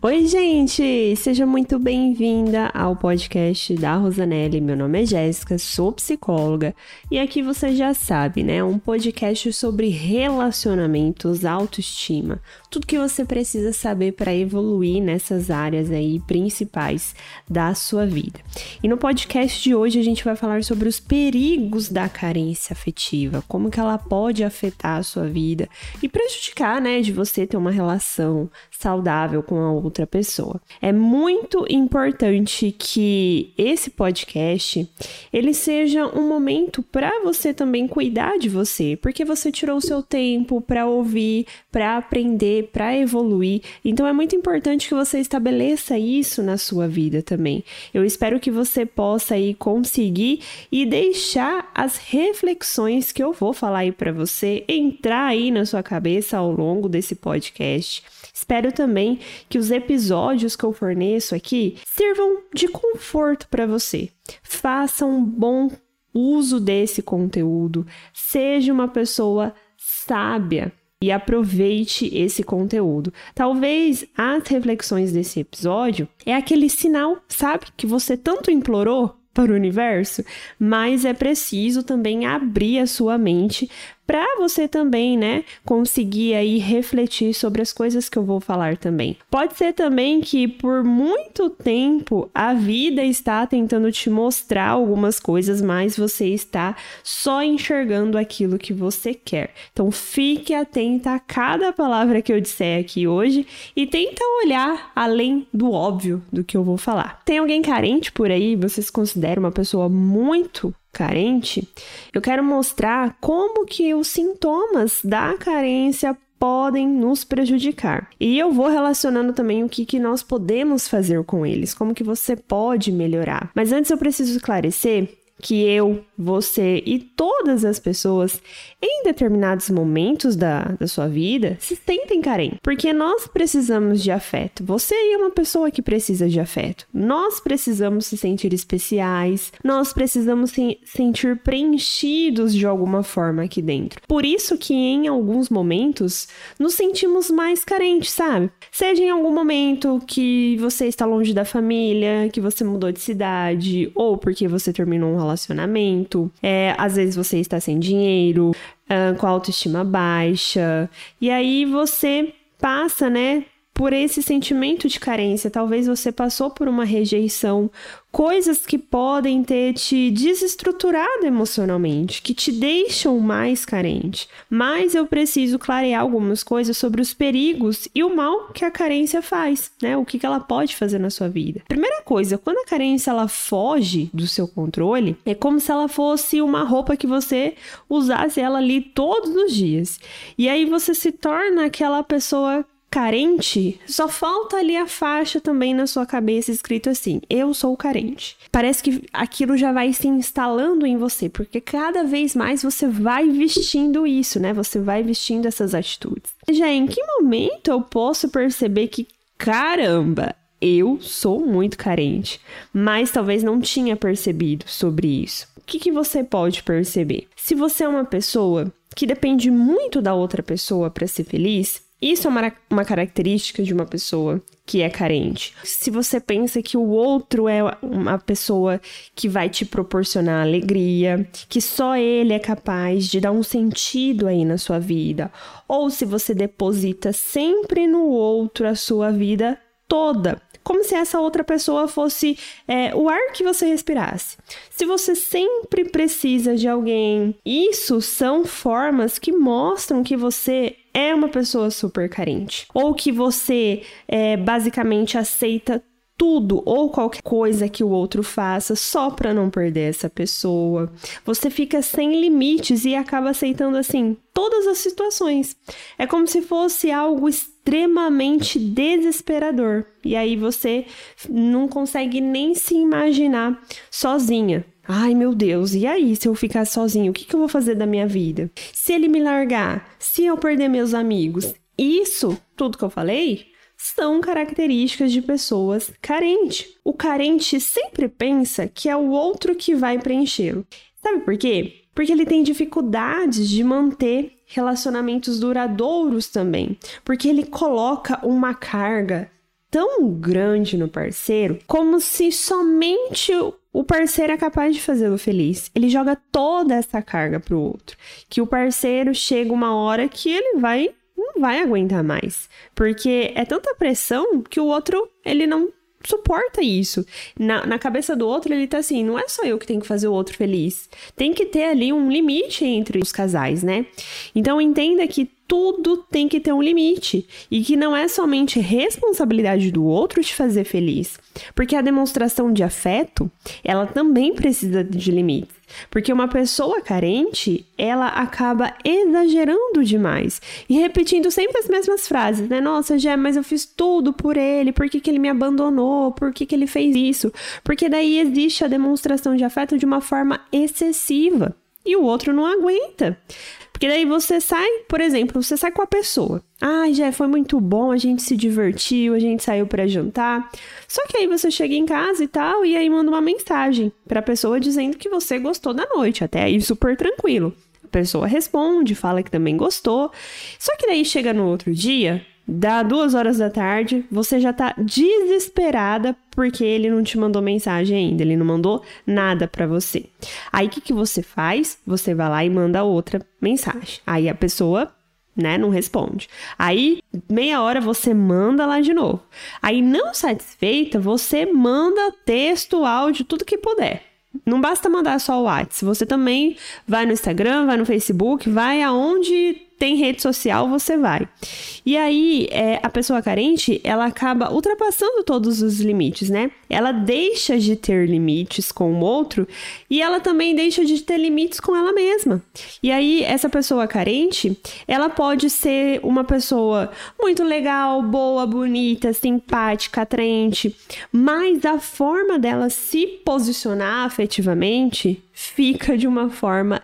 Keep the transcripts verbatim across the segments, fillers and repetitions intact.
Oi, gente! Seja muito bem-vinda ao podcast da Rosanelli. Meu nome é Jéssica, sou psicóloga e aqui você já sabe, né? Um podcast sobre relacionamentos, autoestima, tudo que você precisa saber para evoluir nessas áreas aí principais da sua vida. E no podcast de hoje a gente vai falar sobre os perigos da carência afetiva, como que ela pode afetar a sua vida e prejudicar, né, de você ter uma relação saudável com a outra pessoa. É muito importante que esse podcast ele seja um momento para você também cuidar de você, porque você tirou o seu tempo para ouvir, para aprender, para evoluir. Então é muito importante que você estabeleça isso na sua vida também. Eu espero que você possa aí conseguir e deixar as reflexões que eu vou falar aí para você entrar aí na sua cabeça ao longo desse podcast. Espero também que os episódios que eu forneço aqui sirvam de conforto para você. Faça um bom uso desse conteúdo, seja uma pessoa sábia e aproveite esse conteúdo. Talvez as reflexões desse episódio é aquele sinal, sabe, que você tanto implorou para o universo, mas é preciso também abrir a sua mente para você também, né, conseguir aí refletir sobre as coisas que eu vou falar também. Pode ser também que por muito tempo a vida está tentando te mostrar algumas coisas, mas você está só enxergando aquilo que você quer. Então fique atenta a cada palavra que eu disser aqui hoje e tenta olhar além do óbvio do que eu vou falar. Tem alguém carente por aí? Você se considera uma pessoa muito carente? Eu quero mostrar como que os sintomas da carência podem nos prejudicar. E eu vou relacionando também o que, que nós podemos fazer com eles, como que você pode melhorar. Mas antes eu preciso esclarecer que eu, você e todas as pessoas, em determinados momentos da, da sua vida, se sentem carentes. Porque nós precisamos de afeto. Você é uma pessoa que precisa de afeto. Nós precisamos se sentir especiais. Nós precisamos se sentir preenchidos de alguma forma aqui dentro. Por isso que em alguns momentos nos sentimos mais carentes, sabe? Seja em algum momento que você está longe da família, que você mudou de cidade, ou porque você terminou um relacionamento. relacionamento, é, às vezes você está sem dinheiro, uh, com a autoestima baixa, e aí você passa, né, por esse sentimento de carência. Talvez você passou por uma rejeição, coisas que podem ter te desestruturado emocionalmente, que te deixam mais carente. Mas eu preciso clarear algumas coisas sobre os perigos e o mal que a carência faz, né? O que que ela pode fazer na sua vida. Primeira coisa, quando a carência ela foge do seu controle, é como se ela fosse uma roupa que você usasse ela ali todos os dias. E aí você se torna aquela pessoa carente, só falta ali a faixa também na sua cabeça escrito assim, eu sou carente. Parece que aquilo já vai se instalando em você, porque cada vez mais você vai vestindo isso, né? Você vai vestindo essas atitudes. Já em que momento eu posso perceber que, caramba, eu sou muito carente, mas talvez não tinha percebido sobre isso? O que que você pode perceber? Se você é uma pessoa que depende muito da outra pessoa para ser feliz, isso é uma, uma característica de uma pessoa que é carente. Se você pensa que o outro é uma pessoa que vai te proporcionar alegria, que só ele é capaz de dar um sentido aí na sua vida, ou se você deposita sempre no outro a sua vida toda, como se essa outra pessoa fosse é, o ar que você respirasse. Se você sempre precisa de alguém, isso são formas que mostram que você é uma pessoa super carente. Ou que você é, basicamente aceita tudo ou qualquer coisa que o outro faça só para não perder essa pessoa. Você fica sem limites e acaba aceitando, assim, todas as situações. É como se fosse algo extremamente desesperador. E aí você não consegue nem se imaginar sozinha. Ai, meu Deus, e aí se eu ficar sozinho, o que, que eu vou fazer da minha vida? Se ele me largar? Se eu perder meus amigos? Isso, tudo que eu falei, são características de pessoas carentes. O carente sempre pensa que é o outro que vai preenchê-lo. Sabe por quê? Porque ele tem dificuldades de manter relacionamentos duradouros também. Porque ele coloca uma carga tão grande no parceiro, como se somente o parceiro é capaz de fazê-lo feliz. Ele joga toda essa carga pro outro, que o parceiro chega uma hora que ele vai, não vai aguentar mais, porque é tanta pressão que o outro, ele não suporta isso. Na, na cabeça do outro, ele tá assim, não é só eu que tenho que fazer o outro feliz. Tem que ter ali um limite entre os casais, né? Então, entenda que tudo tem que ter um limite e que não é somente responsabilidade do outro te fazer feliz, porque a demonstração de afeto, ela também precisa de limites, porque uma pessoa carente, ela acaba exagerando demais e repetindo sempre as mesmas frases, né? Nossa, Gé, mas eu fiz tudo por ele, por que que ele me abandonou, por que que ele fez isso? Porque daí existe a demonstração de afeto de uma forma excessiva e o outro não aguenta. Porque daí você sai, por exemplo, você sai com a pessoa. Ah, já foi muito bom, a gente se divertiu, a gente saiu pra jantar. Só que aí você chega em casa e tal, e aí manda uma mensagem pra pessoa dizendo que você gostou da noite. Até aí super tranquilo. A pessoa responde, fala que também gostou. Só que daí chega no outro dia, dá duas horas da tarde, você já tá desesperada porque ele não te mandou mensagem ainda, ele não mandou nada pra você. Aí o que que você faz? Você vai lá e manda outra mensagem. Aí a pessoa, né, não responde. Aí, meia hora você manda lá de novo. Aí, não satisfeita, você manda texto, áudio, tudo que puder. Não basta mandar só o WhatsApp. Você também vai no Instagram, vai no Facebook, vai aonde tem rede social, você vai. E aí, é, a pessoa carente, ela acaba ultrapassando todos os limites, né? Ela deixa de ter limites com o outro e ela também deixa de ter limites com ela mesma. E aí, essa pessoa carente, ela pode ser uma pessoa muito legal, boa, bonita, simpática, atraente, mas a forma dela se posicionar afetivamente fica de uma forma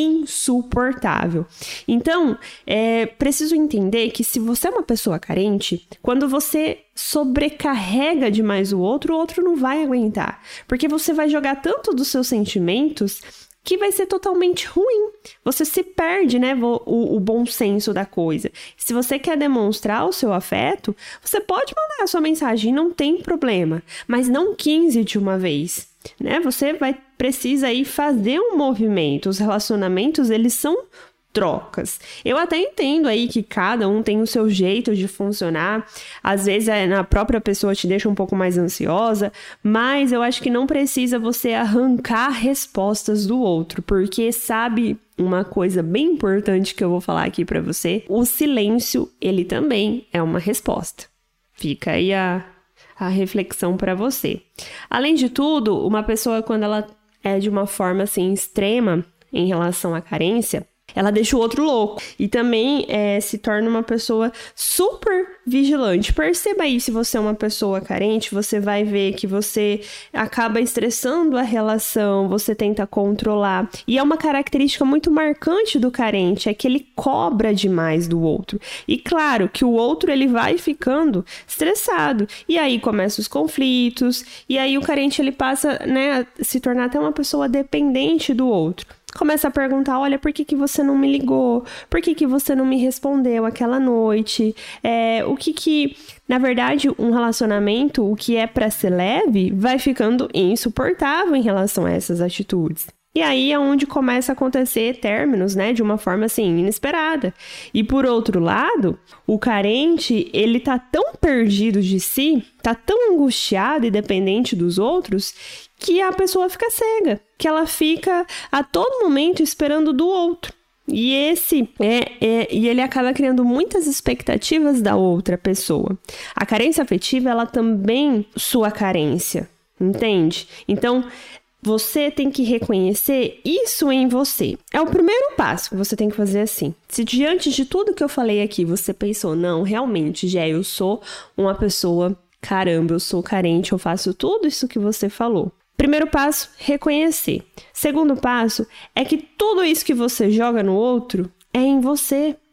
insuportável. Então, é preciso entender que se você é uma pessoa carente, quando você sobrecarrega demais o outro, o outro não vai aguentar, porque você vai jogar tanto dos seus sentimentos que vai ser totalmente ruim. Você se perde, né, o, o bom senso da coisa. Se você quer demonstrar o seu afeto, você pode mandar a sua mensagem, não tem problema, mas não quinze de uma vez, né? Você vai precisa aí fazer um movimento. Os relacionamentos, eles são trocas. Eu até entendo aí que cada um tem o seu jeito de funcionar. Às vezes a própria pessoa te deixa um pouco mais ansiosa, mas eu acho que não precisa você arrancar respostas do outro, porque sabe uma coisa bem importante que eu vou falar aqui pra você? O silêncio, ele também é uma resposta. Fica aí a, a reflexão pra você. Além de tudo, uma pessoa, quando ela é de uma forma assim extrema em relação à carência, ela deixa o outro louco e também é, se torna uma pessoa super vigilante. Perceba aí, se você é uma pessoa carente, você vai ver que você acaba estressando a relação, você tenta controlar. E é uma característica muito marcante do carente, é que ele cobra demais do outro. E claro que o outro, ele vai ficando estressado. E aí começam os conflitos, e aí o carente, ele passa, né, a se tornar até uma pessoa dependente do outro. Começa a perguntar, olha, por que que você não me ligou? Por que que você não me respondeu aquela noite? É, o que que, na verdade, um relacionamento, o que é pra ser leve, vai ficando insuportável em relação a essas atitudes. E aí é onde começa a acontecer términos, né, de uma forma, assim, inesperada. E por outro lado, o carente, ele tá tão perdido de si, tá tão angustiado e dependente dos outros, que a pessoa fica cega, que ela fica a todo momento esperando do outro. E esse é, é e ele acaba criando muitas expectativas da outra pessoa. A carência afetiva, ela também sua carência, entende? Então, você tem que reconhecer isso em você. É o primeiro passo que você tem que fazer assim. Se diante de tudo que eu falei aqui, você pensou, não, realmente, Gé, eu sou uma pessoa, caramba, eu sou carente, eu faço tudo isso que você falou. Primeiro passo, reconhecer. Segundo passo, é que tudo isso que você joga no outro é em você.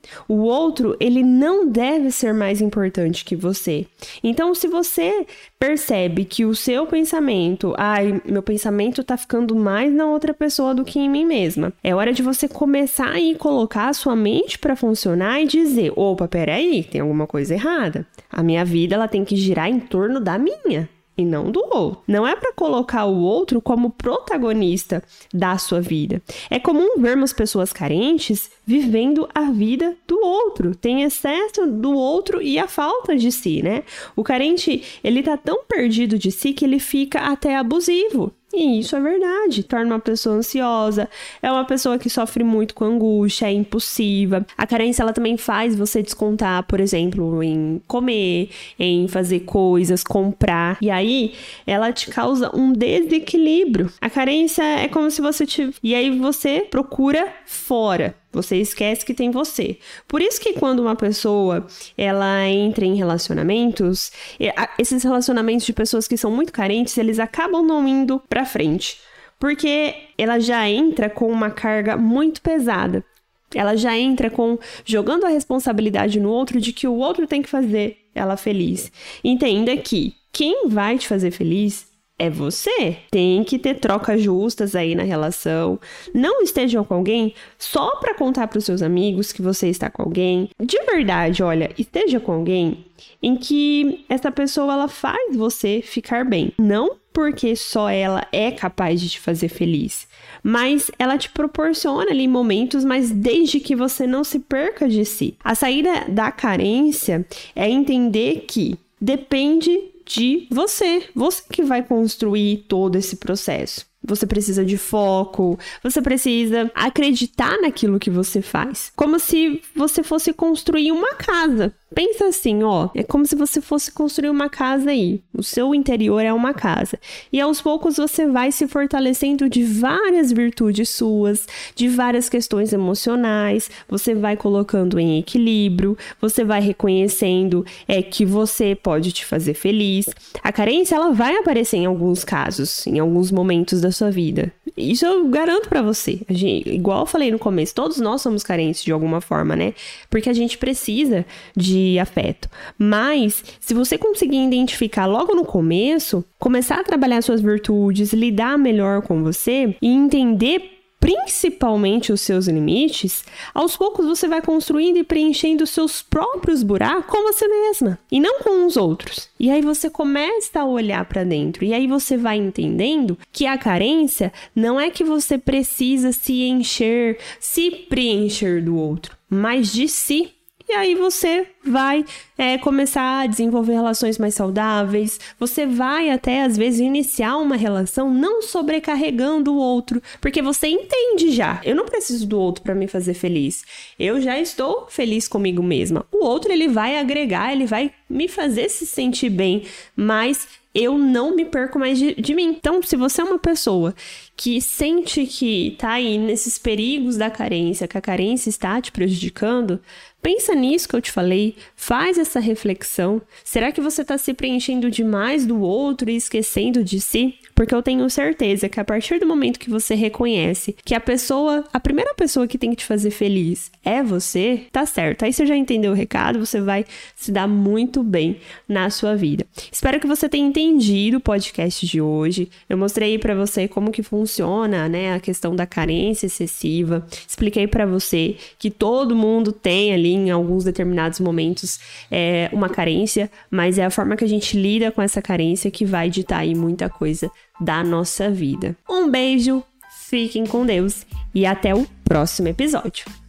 O outro, ele não deve ser mais importante que você. Então, se você percebe que o seu pensamento, ai, meu pensamento tá ficando mais na outra pessoa do que em mim mesma, é hora de você começar a ir colocar a sua mente para funcionar e dizer, opa, peraí, tem alguma coisa errada. A minha vida, ela tem que girar em torno da minha. E não do outro. Não é para colocar o outro como protagonista da sua vida. É comum vermos pessoas carentes vivendo a vida do outro. Tem excesso do outro e a falta de si, né? O carente, ele tá tão perdido de si que ele fica até abusivo. E isso é verdade, torna uma pessoa ansiosa, é uma pessoa que sofre muito com angústia, é impulsiva. A carência, ela também faz você descontar, por exemplo, em comer, em fazer coisas, comprar. E aí, ela te causa um desequilíbrio. A carência é como se você te... E aí você procura fora. Você esquece que tem você. Por isso que quando uma pessoa, ela entra em relacionamentos, esses relacionamentos de pessoas que são muito carentes, eles acabam não indo pra frente. Porque ela já entra com uma carga muito pesada. Ela já entra com jogando a responsabilidade no outro de que o outro tem que fazer ela feliz. Entenda que quem vai te fazer feliz é você. Tem que ter trocas justas aí na relação. Não esteja com alguém só para contar para os seus amigos que você está com alguém. De verdade, olha, esteja com alguém em que essa pessoa, ela faz você ficar bem. Não porque só ela é capaz de te fazer feliz, mas ela te proporciona ali momentos, mas desde que você não se perca de si. A saída da carência é entender que depende de você. Você que vai construir todo esse processo. Você precisa de foco, você precisa acreditar naquilo que você faz. Como se você fosse construir uma casa. Pensa assim, ó, é como se você fosse construir uma casa aí. O seu interior é uma casa. E aos poucos você vai se fortalecendo de várias virtudes suas, de várias questões emocionais, você vai colocando em equilíbrio, você vai reconhecendo é, que você pode te fazer feliz. A carência, ela vai aparecer em alguns casos, em alguns momentos da sua vida. Isso eu garanto pra você. A gente, igual eu falei no começo, todos nós somos carentes de alguma forma, né? Porque a gente precisa de afeto. Mas, se você conseguir identificar logo no começo, começar a trabalhar suas virtudes, lidar melhor com você e entender principalmente os seus limites, aos poucos você vai construindo e preenchendo os seus próprios buracos com você mesma e não com os outros. E aí você começa a olhar para dentro e aí você vai entendendo que a carência não é que você precisa se encher, se preencher do outro, mas de si. E aí você vai é, começar a desenvolver relações mais saudáveis, você vai até, às vezes, iniciar uma relação não sobrecarregando o outro, porque você entende já, eu não preciso do outro para me fazer feliz, eu já estou feliz comigo mesma. O outro, ele vai agregar, ele vai me fazer se sentir bem, mas eu não me perco mais de, de mim. Então, se você é uma pessoa que sente que tá aí nesses perigos da carência, que a carência está te prejudicando, pensa nisso que eu te falei, faz essa reflexão. Será que você está se preenchendo demais do outro e esquecendo de si? Porque eu tenho certeza que a partir do momento que você reconhece que a pessoa, a primeira pessoa que tem que te fazer feliz é você, tá certo. Aí você já entendeu o recado, você vai se dar muito bem na sua vida. Espero que você tenha entendido o podcast de hoje. Eu mostrei para você como que funciona, né, a questão da carência excessiva. Expliquei para você que todo mundo tem ali em alguns determinados momentos é, uma carência, mas é a forma que a gente lida com essa carência que vai ditar aí muita coisa da nossa vida. Um beijo, fiquem com Deus e até o próximo episódio.